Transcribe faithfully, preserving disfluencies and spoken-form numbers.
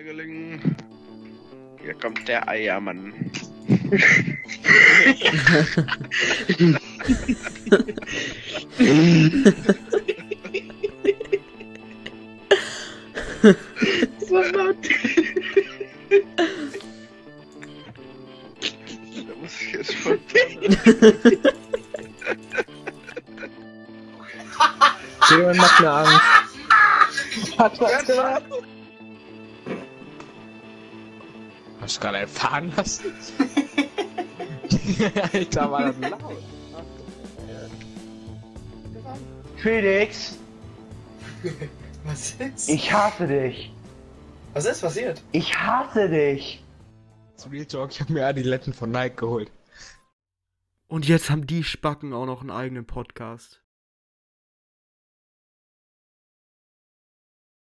Schmetterling. Hier kommt der Eiermann. So laut. Da muss ich jetzt schon. Jemand macht mir Angst. Hat was gemacht? Hast du gerade erfahren lassen? Alter, war das laut. Felix, Was ist? ich hasse dich. Was ist passiert? Ich hasse dich. Zu Real Talk, ich hab mir Adiletten von Nike geholt. Und jetzt haben die Spacken auch noch einen eigenen Podcast.